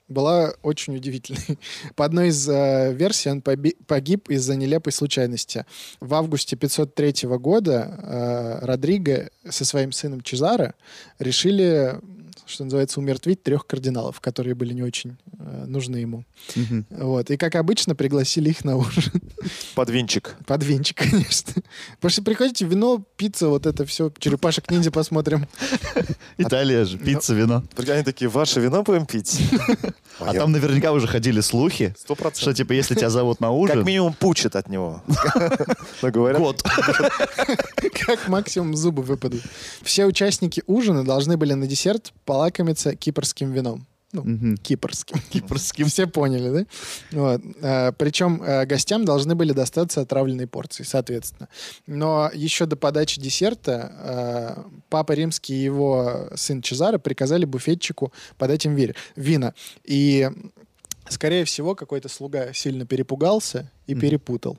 была очень удивительной. По одной из версий он погиб из-за нелепой случайности. В августе 503 года Родриго со своим сыном Чезаро решили, что называется, умертвить 3 кардиналов, которые были не очень нужны ему. Вот. И, как обычно, пригласили их на ужин. Под винчик. Под винчик, конечно. Потому что приходите, вино, пицца, вот это все, черепашек-ниндзя посмотрим. Италия же, пицца, вино. Они такие, ваше вино будем пить? А там наверняка уже ходили слухи, 100%. что типа если тебя зовут на ужин... Как минимум пучат от него. Год. Как максимум зубы выпадут. Все участники ужина должны были на десерт полакомиться кипрским вином. Кипрским. Все поняли, да? Вот. Причем гостям должны были достаться отравленные порции, соответственно. Но еще до подачи десерта Папа Римский и его сын Чезаро приказали буфетчику подать им вина. И, скорее всего, какой-то слуга сильно перепугался и перепутал.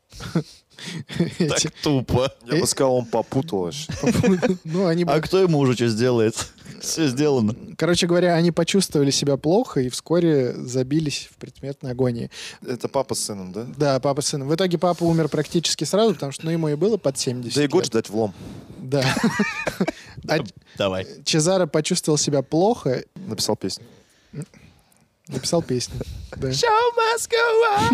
Так тупо. Я бы сказал, он попутал аж. А кто ему уже что сделает? Все сделано. Короче говоря, они почувствовали себя плохо и вскоре забились в предсмертной агонии. Это папа с сыном, да? Да, папа с сыном. В итоге папа умер практически сразу, потому что ему и было под 70 Да и год лет. ждать влом. Да. Давай. Чезаро почувствовал себя плохо. Написал песню. Написал песню. Show must go on.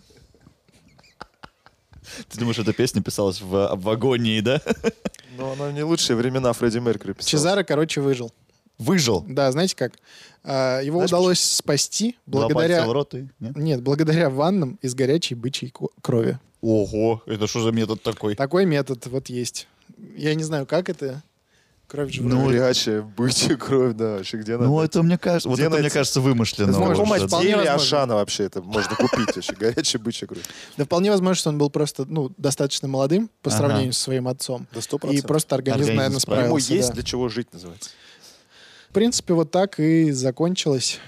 Ты думаешь, эта песня писалась в агонии, да? Ну, она в не лучшие времена Фредди Меркьюри писал. Чезаро, короче, выжил. Выжил? Да, знаете как? Его удалось спасти благодаря... благодаря... в рот и... Нет, благодаря ваннам из горячей бычьей крови. Ого, это что за метод такой? Такой метод вот есть. Я не знаю, как это. Кровь же Ну, горячая бычья кровь, да. Вообще, где ну, это мне кажется, вот это, мне кажется, вымышленно. В каком Вполне отделе возможно. Ашана вообще это можно купить вообще? Горячая бычья кровь. Да вполне возможно, что он был просто достаточно молодым по сравнению с своим отцом. Да 100%. И просто организм, наверное, Ему справился. есть Да. для чего жить, называется. В принципе, вот так и закончилась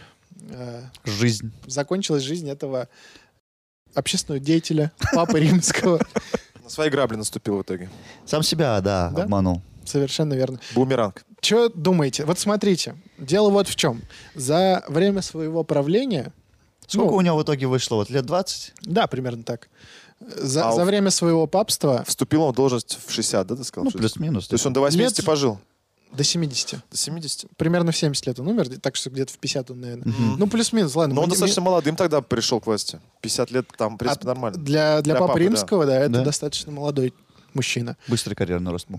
жизнь этого общественного деятеля, Папы Римского. На свои грабли наступил в итоге. Сам себя, да, обманул. Совершенно верно. Бумеранг. Что думаете? Вот смотрите, дело вот в чем. За время своего правления... Сколько у него в итоге вышло? Вот лет 20? Да, примерно так. За время своего папства... Вступил он в должность в 60, да, ты сказал? Ну, плюс-минус. То есть он до 80 пожил? До 70. До 70? Примерно в 70 лет он умер, так что где-то в 50 он, наверное. Ну, плюс-минус, ладно. Но он достаточно молодым тогда пришел к власти. 50 лет там, в принципе, нормально. Для Папы Римского, да, это Да. достаточно молодой мужчина. Быстрый карьерный рост.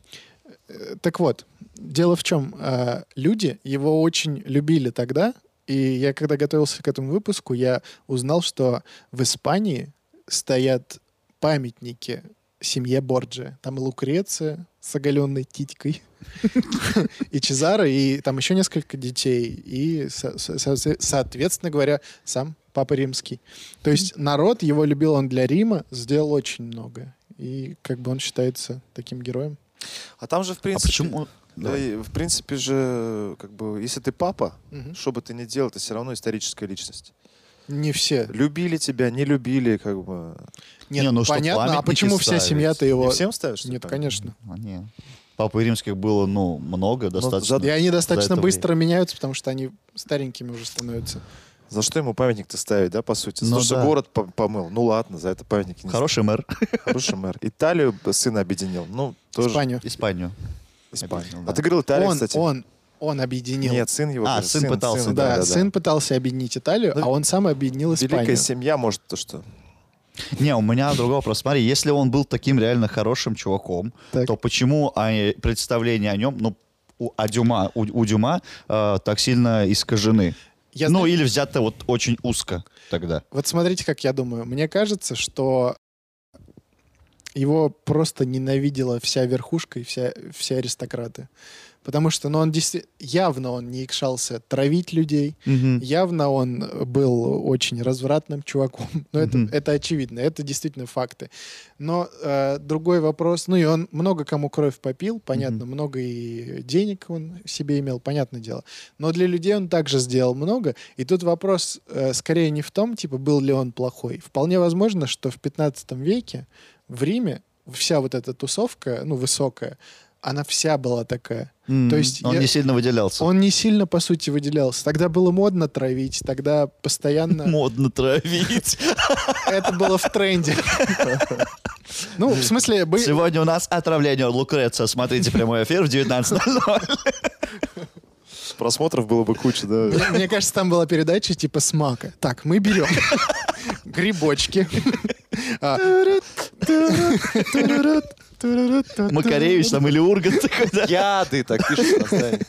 Так вот, дело в чем. Люди его очень любили тогда, и я, когда готовился к этому выпуску, я узнал, что в Испании стоят памятники семье Борджиа. Там и Лукреция с оголенной титькой, и Чезаро, и там еще несколько детей, и, соответственно говоря, сам Папа Римский. То есть народ его любил, он для Рима сделал очень много. И как бы он считается таким героем. А там же, в принципе... почему? Да, и, в принципе же, как бы, если ты папа, что бы ты ни делал, ты все равно историческая личность. Не все. Любили тебя, не любили, как бы... Нет, Не, ну, что понятно. А памятники почему вся ставить? семья-то его... Не всем ставишь? что ли, Нет, памятники? конечно. Папы римских было, много, достаточно. И они достаточно это быстро меняются, потому что они старенькими уже становятся. За что ему памятник-то ставить, да, по сути? За Ну то, что да. город помыл. Ну ладно, за это памятник не Хороший мэр. ставить. Хороший мэр. Италию сына объединил. Ну, тоже... Испанию. Испанию. Испанию. Объединил, А да. ты говорил Италию, кстати. Он объединил. Нет, сын его. говорит. сын пытался, Да, сын пытался объединить Италию, Ну, а он сам объединил Испанию. Великая семья, может, то что... Не, у меня другой вопрос. Смотри, если он был таким реально хорошим чуваком, Так. то почему представления о нем, у Дюма так сильно искажены? Я знаю- Или взято вот очень узко тогда. Вот смотрите, как я думаю. Мне кажется, что его просто ненавидела вся верхушка и все аристократы. Потому что он явно он не икшался травить людей, явно он был очень развратным чуваком. Но это очевидно, это действительно факты. Но другой вопрос, и он много кому кровь попил, понятно, много и денег он себе имел, понятное дело. Но для людей он также сделал много. И тут вопрос скорее не в том, был ли он плохой. Вполне возможно, что в 15 веке в Риме вся вот эта тусовка, высокая, она вся была такая. То есть он не сильно выделялся. Он не сильно, по сути, выделялся. Тогда было модно травить, тогда постоянно... Модно травить. Это было в тренде. Ну, в смысле... Сегодня у нас отравление Лукреция. Смотрите прямой эфир в 19:00. Просмотров было бы куча, да. Мне кажется, там была передача типа «Смака». Так, мы берем грибочки. Макаревич там или Ургант такой, да? Яды, так пишут на здании.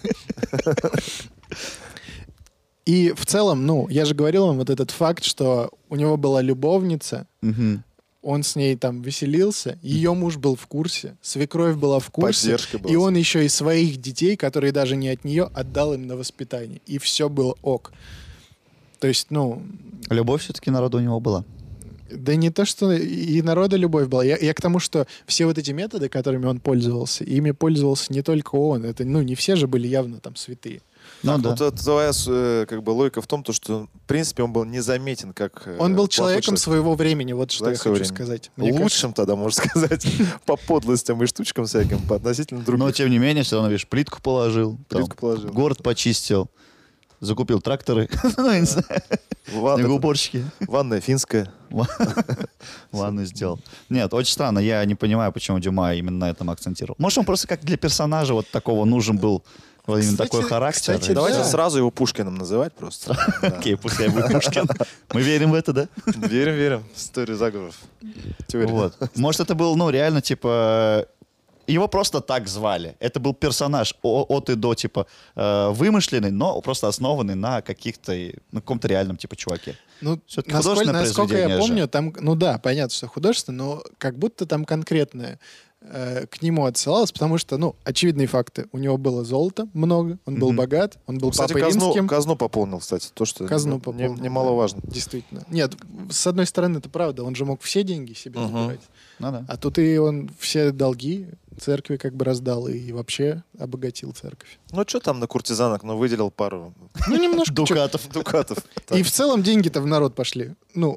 И в целом, ну, я же говорил вам вот этот факт, что у него была любовница, он с ней там веселился, ее муж был в курсе, свекровь была в курсе, и он еще и своих детей, которые даже не от нее, отдал им на воспитание. И все было ок. То есть, ну... Любовь все-таки народу у него была. Да не то, что и народа любовь была. Я к тому, что все вот эти методы, которыми он пользовался, ими пользовался не только он. Это, ну, не все же были явно там святые. Ну, да. Вот твоя как бы логика в том, что, в принципе, он был незаметен как... Он был человеком своего времени, вот что я хочу сказать. Лучшим тогда, можно сказать, по подлостям и штучкам всяким, по относительно другим. Но, тем не менее, все равно, видишь, плитку положил. Город почистил. Закупил тракторы. Ну, я не знаю. Снегоуборщики. Ванная финская. Ванну сделал. Нет, очень странно. Я не понимаю, почему Дюма именно на этом акцентировал. Может, он просто как для персонажа вот такого нужен был именно такой характер. Кстати, давайте сразу его Пушкиным называть просто. Окей, пускай будет Пушкин. Мы верим в это, да? Верим. История заговоров. Вот. Может, это был, ну, реально, типа... Его просто так звали. Это был персонаж от и до, типа, вымышленный, но просто основанный на каких-то, на каком-то реальном, типа, чуваке. Ну, насколько я помню, там, ну да, понятно, что художественно, но как будто там конкретное к нему отсылалось, потому что, ну, очевидные факты. У него было золото много, он был богат, он был папой римским. Казну пополнил, кстати, то, что немаловажно. Действительно. Нет, с одной стороны, это правда, он же мог все деньги себе забирать. Ну, да. А тут и он все долги церкви как бы раздал и вообще обогатил церковь. Ну, что там на куртизанок, но выделил пару... Ну, немножко. Дукатов. И в целом деньги-то в народ пошли. Ну...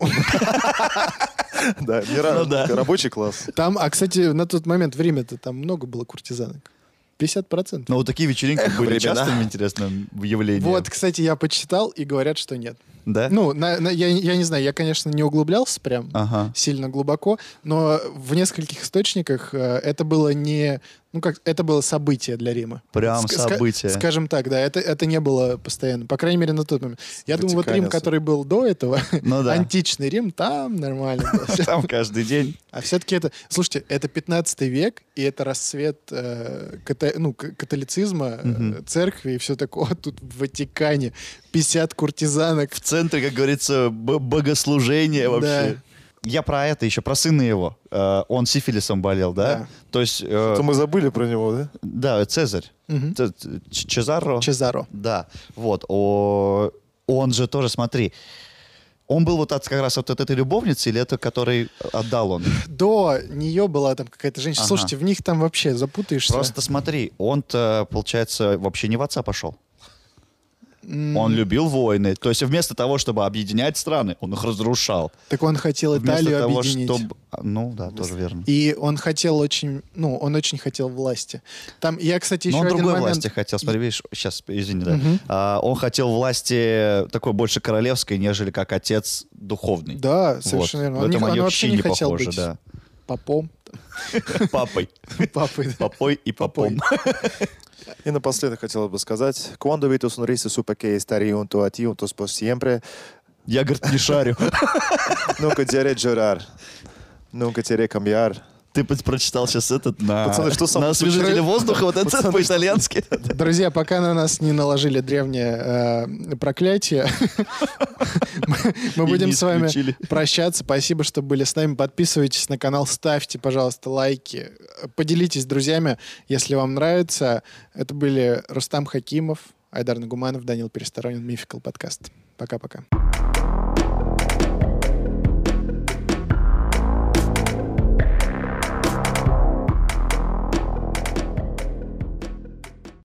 Да, рабочий класс. Там, кстати, на тот момент в Риме-то там много было куртизанок. 50%. Но вот такие вечеринки были частым интересным явлением. Вот, кстати, я почитал, и говорят, что нет. Да? Ну, я не знаю, я, конечно, не углублялся прям сильно глубоко, но в нескольких источниках это было не... Ну, как это было событие для Рима. Прям событие. Скажем так, да, это не было постоянно. По крайней мере, на тот момент. Я думаю, вот Рим, который был до этого, античный Рим, там нормально было. Там каждый день. А все-таки это... Слушайте, это 15 век, и это расцвет католицизма, церкви и все такое. Тут в Ватикане 50 куртизанок. В центре, как говорится, богослужения вообще. Да. Я про это еще, про сына его. Он сифилисом болел, да? То есть... Это мы забыли про него, да? Да, Цезарь. Чезаро. Чезаро. Да. Вот. Он же тоже, смотри, он был вот как раз от этой любовницы, или это который отдал он? До нее была там какая-то женщина. Слушайте, в них там вообще запутаешься. Просто смотри, он-то, получается, вообще не в отца пошел. Он любил войны. То есть вместо того, чтобы объединять страны, он их разрушал. Так он хотел Италию объединить. Ну да, тоже верно. И он хотел очень... Ну, он очень хотел власти. Там, я, кстати, еще один момент... он другой власти хотел. Смотри, видишь, сейчас, извини, да. Он хотел власти такой больше королевской, нежели как отец духовный. Да, совершенно верно. В этом они вообще не хотел похожи, быть да. попом. Папой. Попой и попом. И напоследок хотел бы сказать, «Cuando vi tu sonrisa supe que estaría junto a ti, juntos por siempre». Я, говорит, не шарю. «Nunca te haré llorar, nunca te haré cambiar». Ты прочитал сейчас этот на освежителе воздуха, вот это по-итальянски. Друзья, пока на нас не наложили древнее проклятие, мы будем с вами прощаться. Спасибо, что были с нами. Подписывайтесь на канал, ставьте, пожалуйста, лайки. Поделитесь с друзьями, если вам нравится. Это были Рустам Хакимов, Айдар Нагуманов, Данил Пересторонин, Мификал подкаст. Пока-пока.